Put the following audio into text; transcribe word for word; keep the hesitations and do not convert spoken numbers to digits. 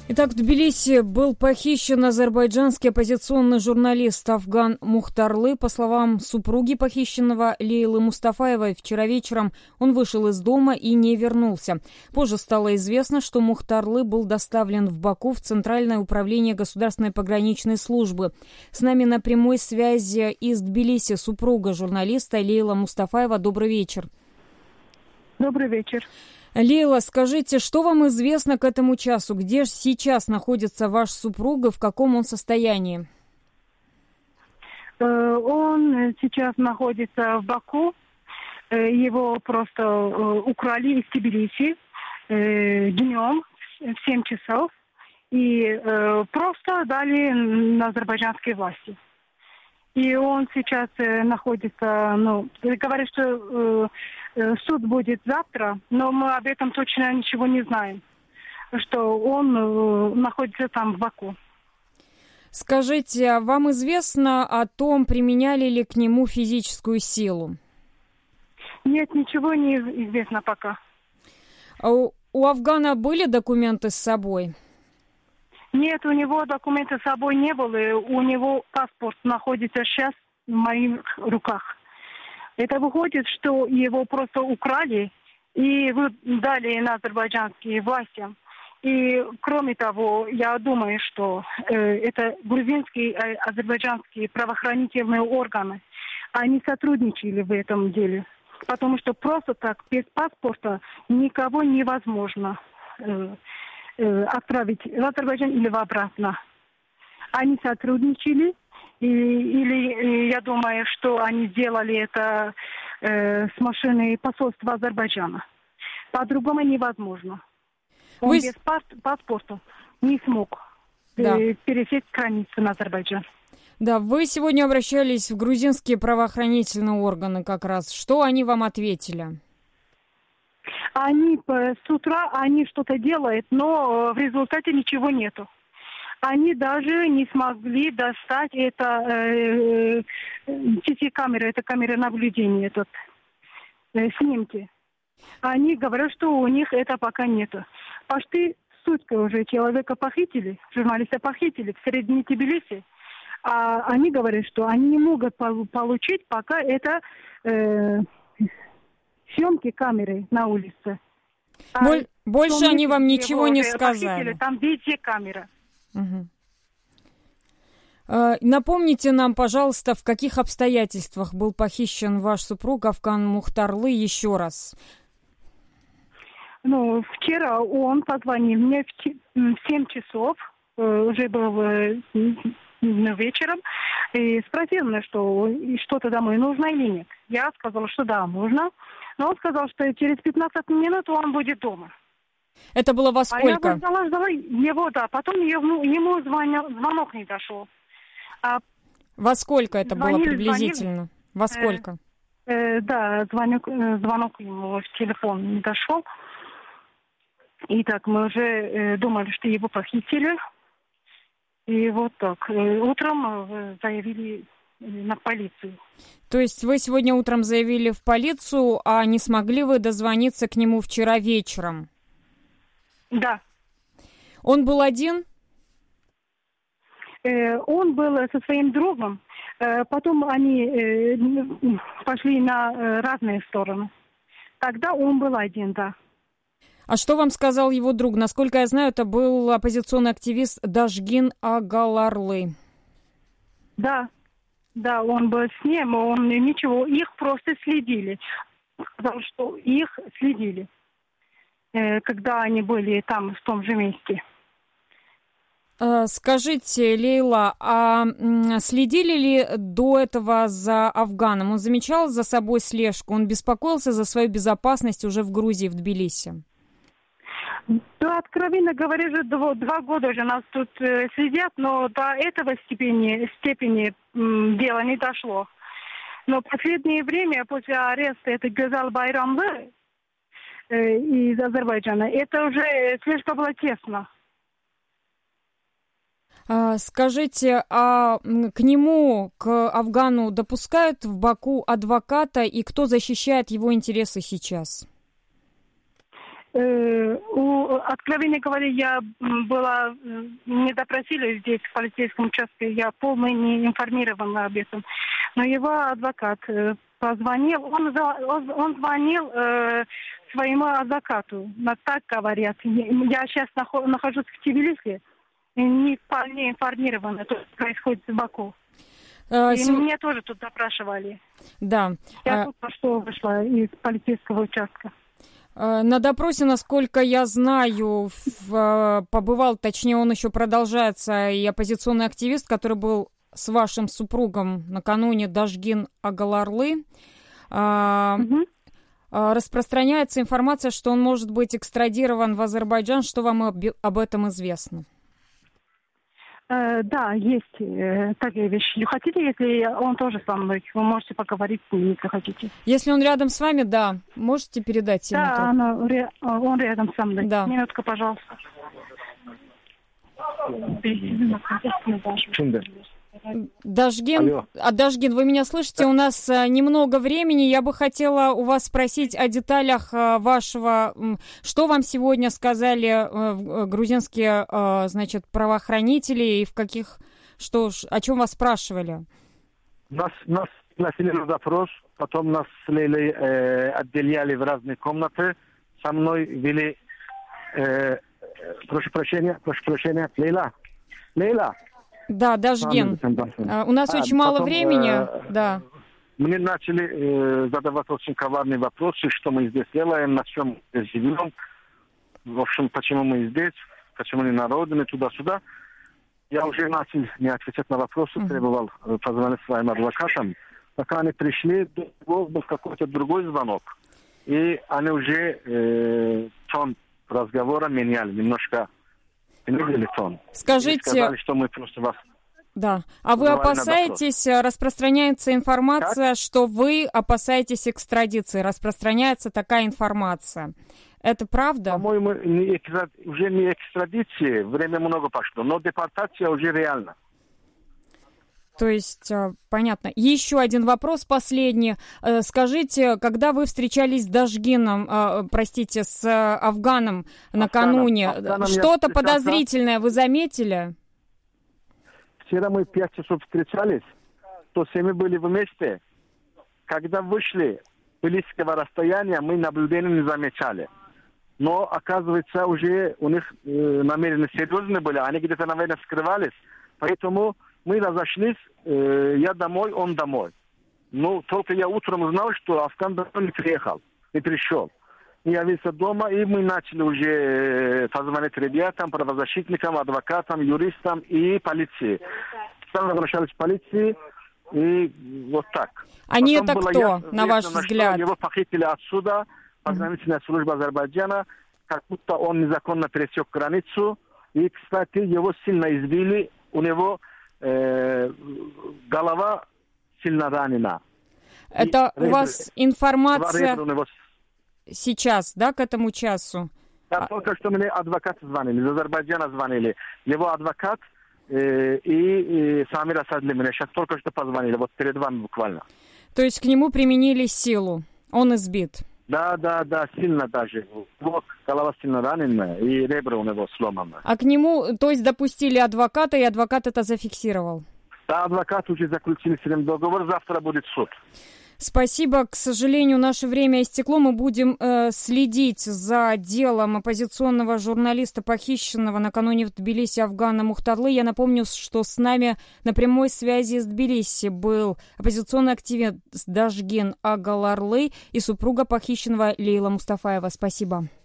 Итак, в Тбилиси был похищен азербайджанский оппозиционный журналист Афган Мухтарлы. По словам супруги похищенного Лейлы Мустафаевой, вчера вечером он вышел из дома и не вернулся. Позже стало известно, что Мухтарлы был доставлен в Баку в Центральное управление государственной пограничной службы. С нами на прямой связи из Тбилиси супруга журналиста Лейла Мустафаева. Добрый вечер. Добрый вечер. Лейла, скажите, что вам известно к этому часу? Где же сейчас находится ваш супруг и в каком он состоянии? Он сейчас находится в Баку. Его просто украли из Тбилиси днем в семь часов и просто дали на азербайджанские власти. И он сейчас э, находится, ну, говорит, что э, суд будет завтра, но мы об этом точно ничего не знаем, что он э, находится там, в Баку. Скажите, а вам известно о том, применяли ли к нему физическую силу? Нет, ничего не известно пока. А у, у Афгана были документы с собой? Нет, у него документов с собой не было. У него паспорт находится сейчас в моих руках. Это выходит, что его просто украли и дали на азербайджанские власти. И кроме того, я думаю, что э, это грузинские, э, азербайджанские правоохранительные органы, они сотрудничали в этом деле. Потому что просто так, без паспорта, никого невозможно э, отправить в Азербайджан или в обратно. Они сотрудничали, и, или я думаю, что они сделали это э, с машиной посольства Азербайджана. По-другому невозможно. Он Вы... без паспорта не смог да. э, пересечь границу на Азербайджан. Да, вы сегодня обращались в грузинские правоохранительные органы как раз. Что они вам ответили? Они с утра они что-то делают, но в результате ничего нету. Они даже не смогли достать это э, си си камеры, это камеры наблюдения, этот, э, снимки. Они говорят, что у них это пока нету. Почти сутки уже человека похитили, журналиста похитили в середине Тбилиси. А они говорят, что они не могут получить пока это... Э, съемки камеры на улице. Боль, а больше они вам ничего не сказали? Похитили, там везде камера. Угу. А, напомните нам, пожалуйста, в каких обстоятельствах был похищен ваш супруг Афган Мухтарлы еще раз? Ну, вчера он позвонил мне в семь часов, уже был вечером, и спросил меня, что что-то домой нужно или нет. Я сказала, что да, нужно. Но он сказал, что через пятнадцать минут он будет дома. Это было во сколько? А я ждала, ждала его, да. Потом ему, ему звонил, звонок не дошел. А во сколько это звонили, было приблизительно? Звонили. Во сколько? Э, э, да, звонок, звонок ему в телефон не дошел. И так мы уже э, думали, что его похитили. И вот так. Э, утром э, заявили на полицию. То есть вы сегодня утром заявили в полицию, а не смогли вы дозвониться к нему вчера вечером? Да. Он был один? Э, он был со своим другом. Э, потом они э, пошли на э, разные стороны. Тогда он был один, да. А что вам сказал его друг? Насколько я знаю, это был оппозиционный активист Дажгин Агаларлы. Да. Да, он был с ним, он ничего, их просто следили. Сказал, что их следили, э, когда они были там, в том же месте. Скажите, Лейла, а следили ли до этого за Афганом? Он замечал за собой слежку? Он беспокоился за свою безопасность уже в Грузии, в Тбилиси? Да, откровенно говоря, уже два, два года уже нас тут э, следят, но до этого степени, степени м, дело не дошло. Но в последнее время, после ареста этой Гюзал Байрамлы э, из Азербайджана, это уже слежка была тесно. А, скажите, а к нему, к Афгану, допускают в Баку адвоката, и кто защищает его интересы сейчас? Э, у, откровенно говоря, я была, не допросили здесь, в полицейском участке, я полностью не информирована об этом. Но его адвокат э, позвонил, он, он, он звонил э, своему адвокату, так говорят. Я сейчас нахожусь в Тбилиси, не вполне информирована, что происходит в Баку. А, и сем... меня тоже тут допрашивали. Да. Я а... тут что вышла из полицейского участка. На допросе, насколько я знаю, в, побывал, точнее, он еще продолжается, и оппозиционный активист, который был с вашим супругом накануне, Дажгин Агаларлы. Угу. Распространяется информация, что он может быть экстрадирован в Азербайджан. Что вам об, об этом известно? Э, да, есть э, такие вещи. Хотите, если он тоже со мной, вы можете поговорить с ним, если хотите. Если он рядом с вами, да, можете передать ему? Да, она, он рядом со мной. Да. Минутку, пожалуйста. Дажгин, а Дажгин, вы меня слышите? У нас а, немного времени. Я бы хотела у вас спросить о деталях а, вашего... Что вам сегодня сказали а, грузинские, а, значит, правоохранители и в каких... Что, о чем вас спрашивали? Нас, нас пригласили на допрос, потом нас слили, э, отделяли в разные комнаты. Со мной вели... Э, прошу прощения, прошу прощения. Лейла. Лейла. Да, Дажгин. А, у нас а, очень мало потом, времени. Э, да. Мне начали э, задавать очень коварные вопросы, что мы здесь делаем, на чем живем. В общем, почему мы здесь, почему не народы, туда-сюда. Я уже начал не отвечать на вопросы, uh-huh. требовал э, позвонить своим адвокатам. Пока они пришли, был какой-то другой звонок. И они уже э, тон разговора меняли немножко. Скажите, сказали, что мы просто вас... Да. А вы опасаетесь, распространяется информация, как? Что вы опасаетесь экстрадиции, распространяется такая информация. Это правда? По-моему, не экстра... уже не экстрадиция, время много пошло, но депортация уже реально. То есть, понятно. Еще один вопрос, последний. Скажите, когда вы встречались с Дажгином, простите, с Афганом накануне, Афганом, что-то подозрительное вы заметили? Вчера мы пять часов встречались, то все мы были вместе. Когда вышли близкого расстояния, мы наблюдения не замечали. Но, оказывается, уже у них э, намерения серьезные были, они где-то, наверное, скрывались. Поэтому мы разошлись, э, я домой, он домой. Ну, только я утром узнал, что Афган домой не приехал, не пришел. Я явился дома, и мы начали уже э, позвонить ребятам, правозащитникам, адвокатам, юристам и полиции. Сам обращались в полицию, и вот так. Они Потом это кто, ясно, на ваш ясно, взгляд? Его похитили отсюда, пограничная mm-hmm. служба Азербайджана, как будто он незаконно пересек границу. И, кстати, его сильно избили, у него э, голова сильно ранена. Это и у ребра, вас информация него... сейчас, да, к этому часу? Да, а... только что мне адвокат звонили, из Азербайджана звонили. Его адвокат э, и, и Самир Асадли мне сейчас только что позвонили, вот перед вами буквально. То есть к нему применили силу, он избит? Да, да, да, сильно даже. Вот, голова сильно раненая, и ребра у него сломаны. А к нему, то есть допустили адвоката, и адвокат это зафиксировал? Да, адвокат уже заключили с ним договор, завтра будет суд. Спасибо. К сожалению, наше время истекло. Мы будем э, следить за делом оппозиционного журналиста, похищенного накануне в Тбилиси Афгана Мухтарлы. Я напомню, что с нами на прямой связи из Тбилиси был оппозиционный активист Дажгин Агаларлы и супруга похищенного Лейла Мустафаева. Спасибо.